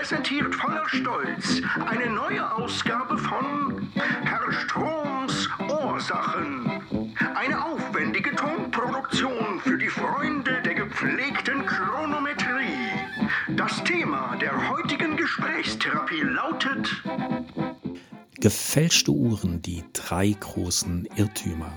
präsentiert voller Stolz eine neue Ausgabe von Herr Stroms Ohrsachen. Eine aufwendige Tonproduktion für die Freunde der gepflegten Chronometrie. Das Thema der heutigen Gesprächstherapie lautet: Gefälschte Uhren, die 3 großen Irrtümer.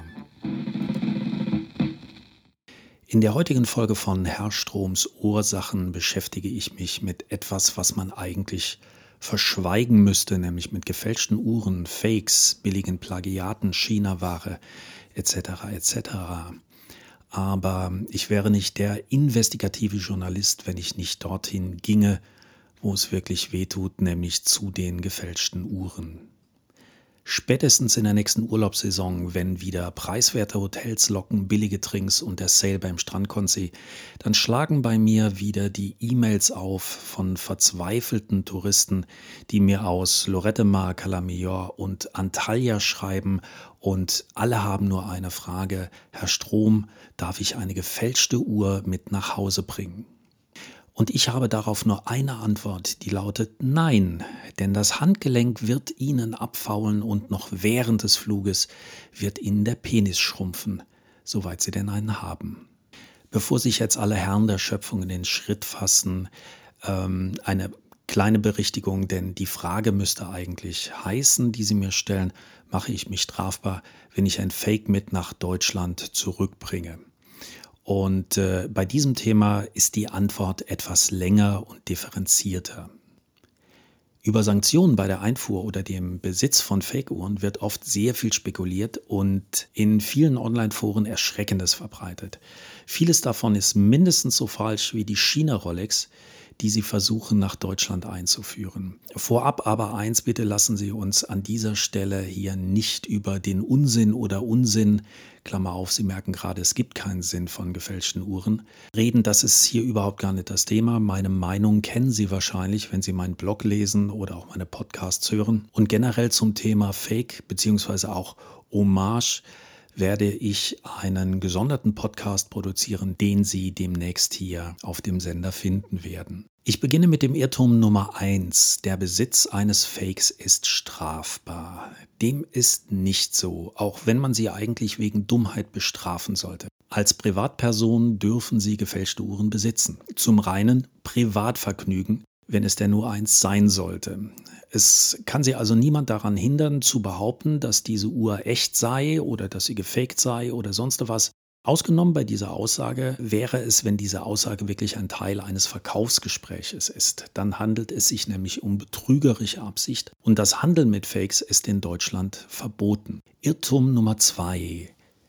In der heutigen Folge von Herr Stroms Ohrsachen beschäftige ich mich mit etwas, was man eigentlich verschweigen müsste, nämlich mit gefälschten Uhren, Fakes, billigen Plagiaten, China-Ware etc. etc. Aber ich wäre nicht der investigative Journalist, wenn ich nicht dorthin ginge, wo es wirklich wehtut, nämlich zu den gefälschten Uhren. Spätestens in der nächsten Urlaubssaison, wenn wieder preiswerte Hotels locken, billige Drinks und der Sale beim Strandkonzi, dann schlagen bei mir wieder die E-Mails auf von verzweifelten Touristen, die mir aus Lloret de Mar, Cala Millor und Antalya schreiben, und alle haben nur eine Frage: Herr Strom, darf ich eine gefälschte Uhr mit nach Hause bringen? Und ich habe darauf nur eine Antwort, die lautet nein, denn das Handgelenk wird Ihnen abfaulen und noch während des Fluges wird Ihnen der Penis schrumpfen, soweit Sie denn einen haben. Bevor sich jetzt alle Herren der Schöpfung in den Schritt fassen, eine kleine Berichtigung, denn die Frage müsste eigentlich heißen, die Sie mir stellen: Mache ich mich strafbar, wenn ich ein Fake mit nach Deutschland zurückbringe? Und bei diesem Thema ist die Antwort etwas länger und differenzierter. Über Sanktionen bei der Einfuhr oder dem Besitz von Fake-Uhren wird oft sehr viel spekuliert und in vielen Online-Foren Erschreckendes verbreitet. Vieles davon ist mindestens so falsch wie die China-Rolex, die sie versuchen nach Deutschland einzuführen. Vorab aber eins: Bitte lassen Sie uns an dieser Stelle hier nicht über den Unsinn oder Unsinn, Klammer auf, Sie merken gerade, es gibt keinen Sinn von gefälschten Uhren, reden. Das ist hier überhaupt gar nicht das Thema. Meine Meinung kennen Sie wahrscheinlich, wenn Sie meinen Blog lesen oder auch meine Podcasts hören. Und generell zum Thema Fake bzw. auch Hommage werde ich einen gesonderten Podcast produzieren, den Sie demnächst hier auf dem Sender finden werden. Ich beginne mit dem Irrtum Nummer 1. Der Besitz eines Fakes ist strafbar. Dem ist nicht so, auch wenn man Sie eigentlich wegen Dummheit bestrafen sollte. Als Privatperson dürfen Sie gefälschte Uhren besitzen. Zum reinen Privatvergnügen, wenn es denn nur eins sein sollte. Es kann Sie also niemand daran hindern, zu behaupten, dass diese Uhr echt sei oder dass sie gefaked sei oder sonst was. Ausgenommen bei dieser Aussage wäre es, wenn diese Aussage wirklich ein Teil eines Verkaufsgespräches ist. Dann handelt es sich nämlich um betrügerische Absicht und das Handeln mit Fakes ist in Deutschland verboten. Irrtum Nummer 2.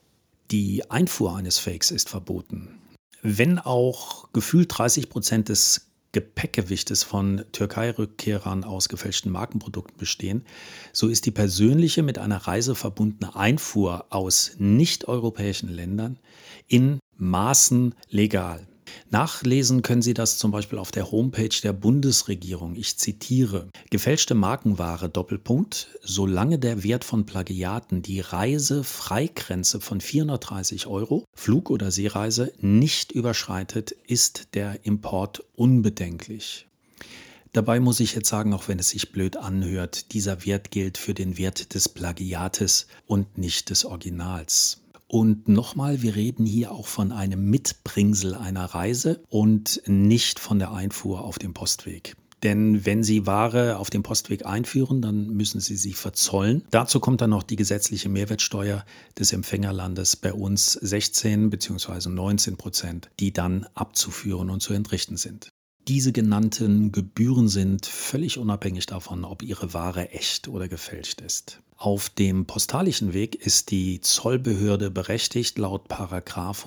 Die Einfuhr eines Fakes ist verboten. Wenn auch gefühlt 30% des Gepäckgewichtes von Türkei-Rückkehrern aus gefälschten Markenprodukten bestehen, so ist die persönliche mit einer Reise verbundene Einfuhr aus nicht-europäischen Ländern in Maßen legal. Nachlesen können Sie das zum Beispiel auf der Homepage der Bundesregierung. Ich zitiere: Gefälschte Markenware, Doppelpunkt, solange der Wert von Plagiaten die Reisefreigrenze von 430 €, Flug- oder Seereise, nicht überschreitet, ist der Import unbedenklich. Dabei muss ich jetzt sagen, auch wenn es sich blöd anhört, dieser Wert gilt für den Wert des Plagiates und nicht des Originals. Und nochmal, wir reden hier auch von einem Mitbringsel einer Reise und nicht von der Einfuhr auf dem Postweg. Denn wenn Sie Ware auf dem Postweg einführen, dann müssen Sie sie verzollen. Dazu kommt dann noch die gesetzliche Mehrwertsteuer des Empfängerlandes, bei uns 16 bzw. 19%, die dann abzuführen und zu entrichten sind. Diese genannten Gebühren sind völlig unabhängig davon, ob Ihre Ware echt oder gefälscht ist. Auf dem postalischen Weg ist die Zollbehörde berechtigt, laut §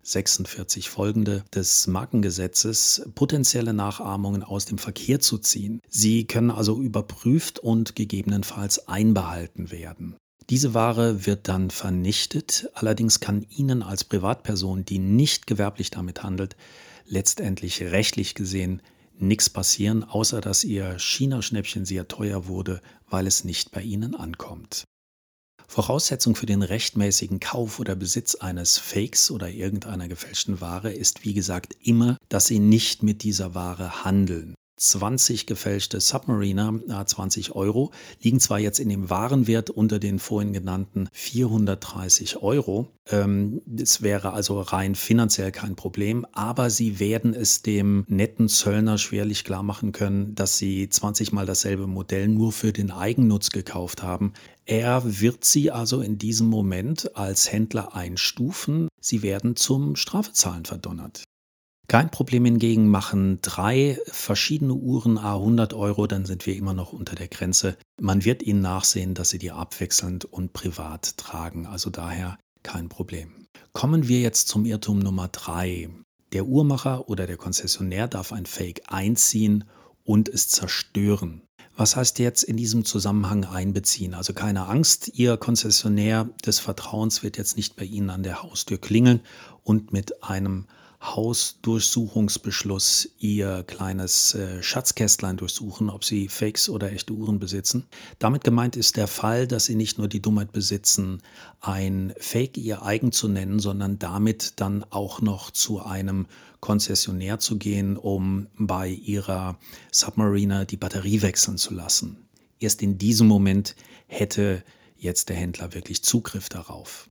146 folgende des Markengesetzes potenzielle Nachahmungen aus dem Verkehr zu ziehen. Sie können also überprüft und gegebenenfalls einbehalten werden. Diese Ware wird dann vernichtet, allerdings kann Ihnen als Privatperson, die nicht gewerblich damit handelt, letztendlich rechtlich gesehen nichts passieren, außer dass Ihr China-Schnäppchen sehr teuer wurde, weil es nicht bei Ihnen ankommt. Voraussetzung für den rechtmäßigen Kauf oder Besitz eines Fakes oder irgendeiner gefälschten Ware ist, wie gesagt, immer, dass Sie nicht mit dieser Ware handeln. 20 gefälschte Submariner, 20 €, liegen zwar jetzt in dem Warenwert unter den vorhin genannten 430 €. Das wäre also rein finanziell kein Problem, aber sie werden es dem netten Zöllner schwerlich klar machen können, dass sie 20 Mal dasselbe Modell nur für den Eigennutz gekauft haben. Er wird sie also in diesem Moment als Händler einstufen. Sie werden zum Strafezahlen verdonnert. Kein Problem hingegen machen 3 verschiedene Uhren à 100 €, dann sind wir immer noch unter der Grenze. Man wird ihnen nachsehen, dass sie die abwechselnd und privat tragen, also daher kein Problem. Kommen wir jetzt zum Irrtum Nummer 3. Der Uhrmacher oder der Konzessionär darf ein Fake einziehen und es zerstören. Was heißt jetzt in diesem Zusammenhang einbeziehen? Also keine Angst, Ihr Konzessionär des Vertrauens wird jetzt nicht bei Ihnen an der Haustür klingeln und mit einem Hausdurchsuchungsbeschluss Ihr kleines Schatzkästlein durchsuchen, ob Sie Fakes oder echte Uhren besitzen. Damit gemeint ist der Fall, dass Sie nicht nur die Dummheit besitzen, ein Fake Ihr eigen zu nennen, sondern damit dann auch noch zu einem Konzessionär zu gehen, um bei Ihrer Submariner die Batterie wechseln zu lassen. Erst in diesem Moment hätte jetzt der Händler wirklich Zugriff darauf.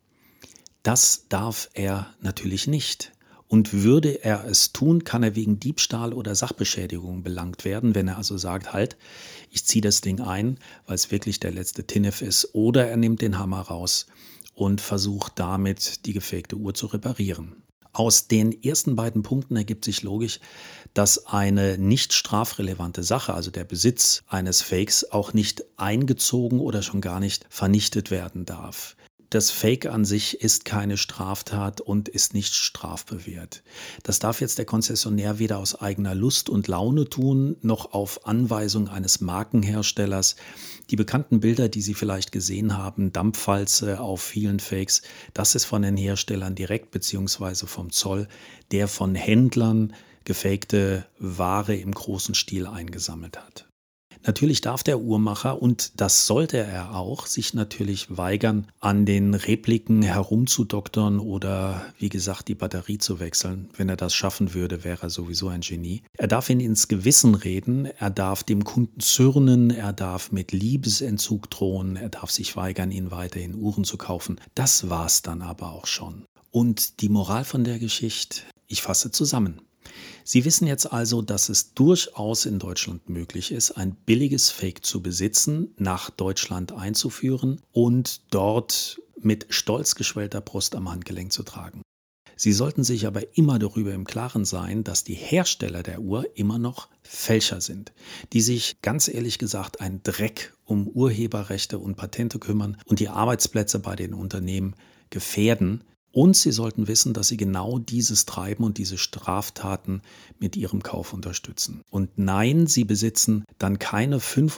Das darf er natürlich nicht. Und würde er es tun, kann er wegen Diebstahl oder Sachbeschädigung belangt werden, wenn er also sagt, halt, ich ziehe das Ding ein, weil es wirklich der letzte Tinnef ist, oder er nimmt den Hammer raus und versucht damit die gefakte Uhr zu reparieren. Aus den ersten beiden Punkten ergibt sich logisch, dass eine nicht strafrelevante Sache, also der Besitz eines Fakes, auch nicht eingezogen oder schon gar nicht vernichtet werden darf. Das Fake an sich ist keine Straftat und ist nicht strafbewehrt. Das darf jetzt der Konzessionär weder aus eigener Lust und Laune tun, noch auf Anweisung eines Markenherstellers. Die bekannten Bilder, die Sie vielleicht gesehen haben, Dampfwalze auf vielen Fakes, das ist von den Herstellern direkt bzw. vom Zoll, der von Händlern gefakte Ware im großen Stil eingesammelt hat. Natürlich darf der Uhrmacher, und das sollte er auch, sich natürlich weigern, an den Repliken herumzudoktern oder, wie gesagt, die Batterie zu wechseln. Wenn er das schaffen würde, wäre er sowieso ein Genie. Er darf ihn ins Gewissen reden, er darf dem Kunden zürnen, er darf mit Liebesentzug drohen, er darf sich weigern, ihnen weiterhin Uhren zu kaufen. Das war's dann aber auch schon. Und die Moral von der Geschichte, ich fasse zusammen. Sie wissen jetzt also, dass es durchaus in Deutschland möglich ist, ein billiges Fake zu besitzen, nach Deutschland einzuführen und dort mit stolz geschwellter Brust am Handgelenk zu tragen. Sie sollten sich aber immer darüber im Klaren sein, dass die Hersteller der Uhr immer noch Fälscher sind, die sich ganz ehrlich gesagt einen Dreck um Urheberrechte und Patente kümmern und die Arbeitsplätze bei den Unternehmen gefährden. Und Sie sollten wissen, dass Sie genau dieses treiben und diese Straftaten mit Ihrem Kauf unterstützen. Und nein, Sie besitzen dann keine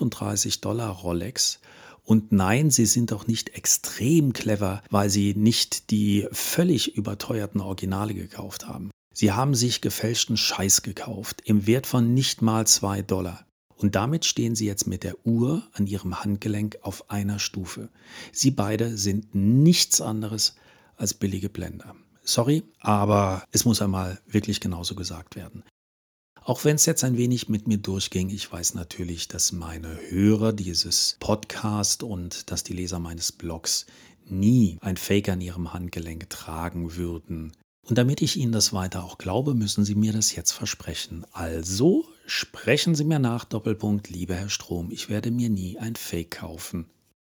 35$ Rolex. Und nein, Sie sind auch nicht extrem clever, weil Sie nicht die völlig überteuerten Originale gekauft haben. Sie haben sich gefälschten Scheiß gekauft im Wert von nicht mal $2. Und damit stehen Sie jetzt mit der Uhr an Ihrem Handgelenk auf einer Stufe. Sie beide sind nichts anderes als billige Blender. Sorry, aber es muss einmal wirklich genauso gesagt werden. Auch wenn es jetzt ein wenig mit mir durchging, ich weiß natürlich, dass meine Hörer dieses Podcast und dass die Leser meines Blogs nie ein Fake an ihrem Handgelenk tragen würden. Und damit ich Ihnen das weiter auch glaube, müssen Sie mir das jetzt versprechen. Also sprechen Sie mir nach, Doppelpunkt, lieber Herr Strom, ich werde mir nie ein Fake kaufen.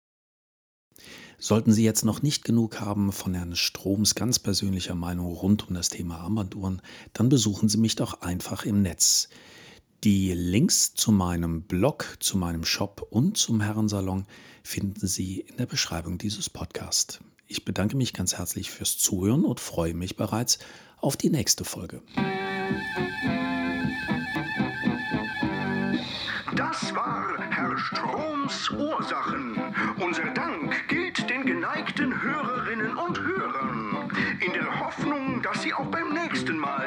Sollten Sie jetzt noch nicht genug haben von Herrn Stroms ganz persönlicher Meinung rund um das Thema Armbanduhren, dann besuchen Sie mich doch einfach im Netz. Die Links zu meinem Blog, zu meinem Shop und zum Herrensalon finden Sie in der Beschreibung dieses Podcasts. Ich bedanke mich ganz herzlich fürs Zuhören und freue mich bereits auf die nächste Folge. Das war Herr Stroms Ursachen. Unser Dank gilt den geneigten Hörerinnen und Hörern, in der Hoffnung, dass Sie auch beim nächsten Mal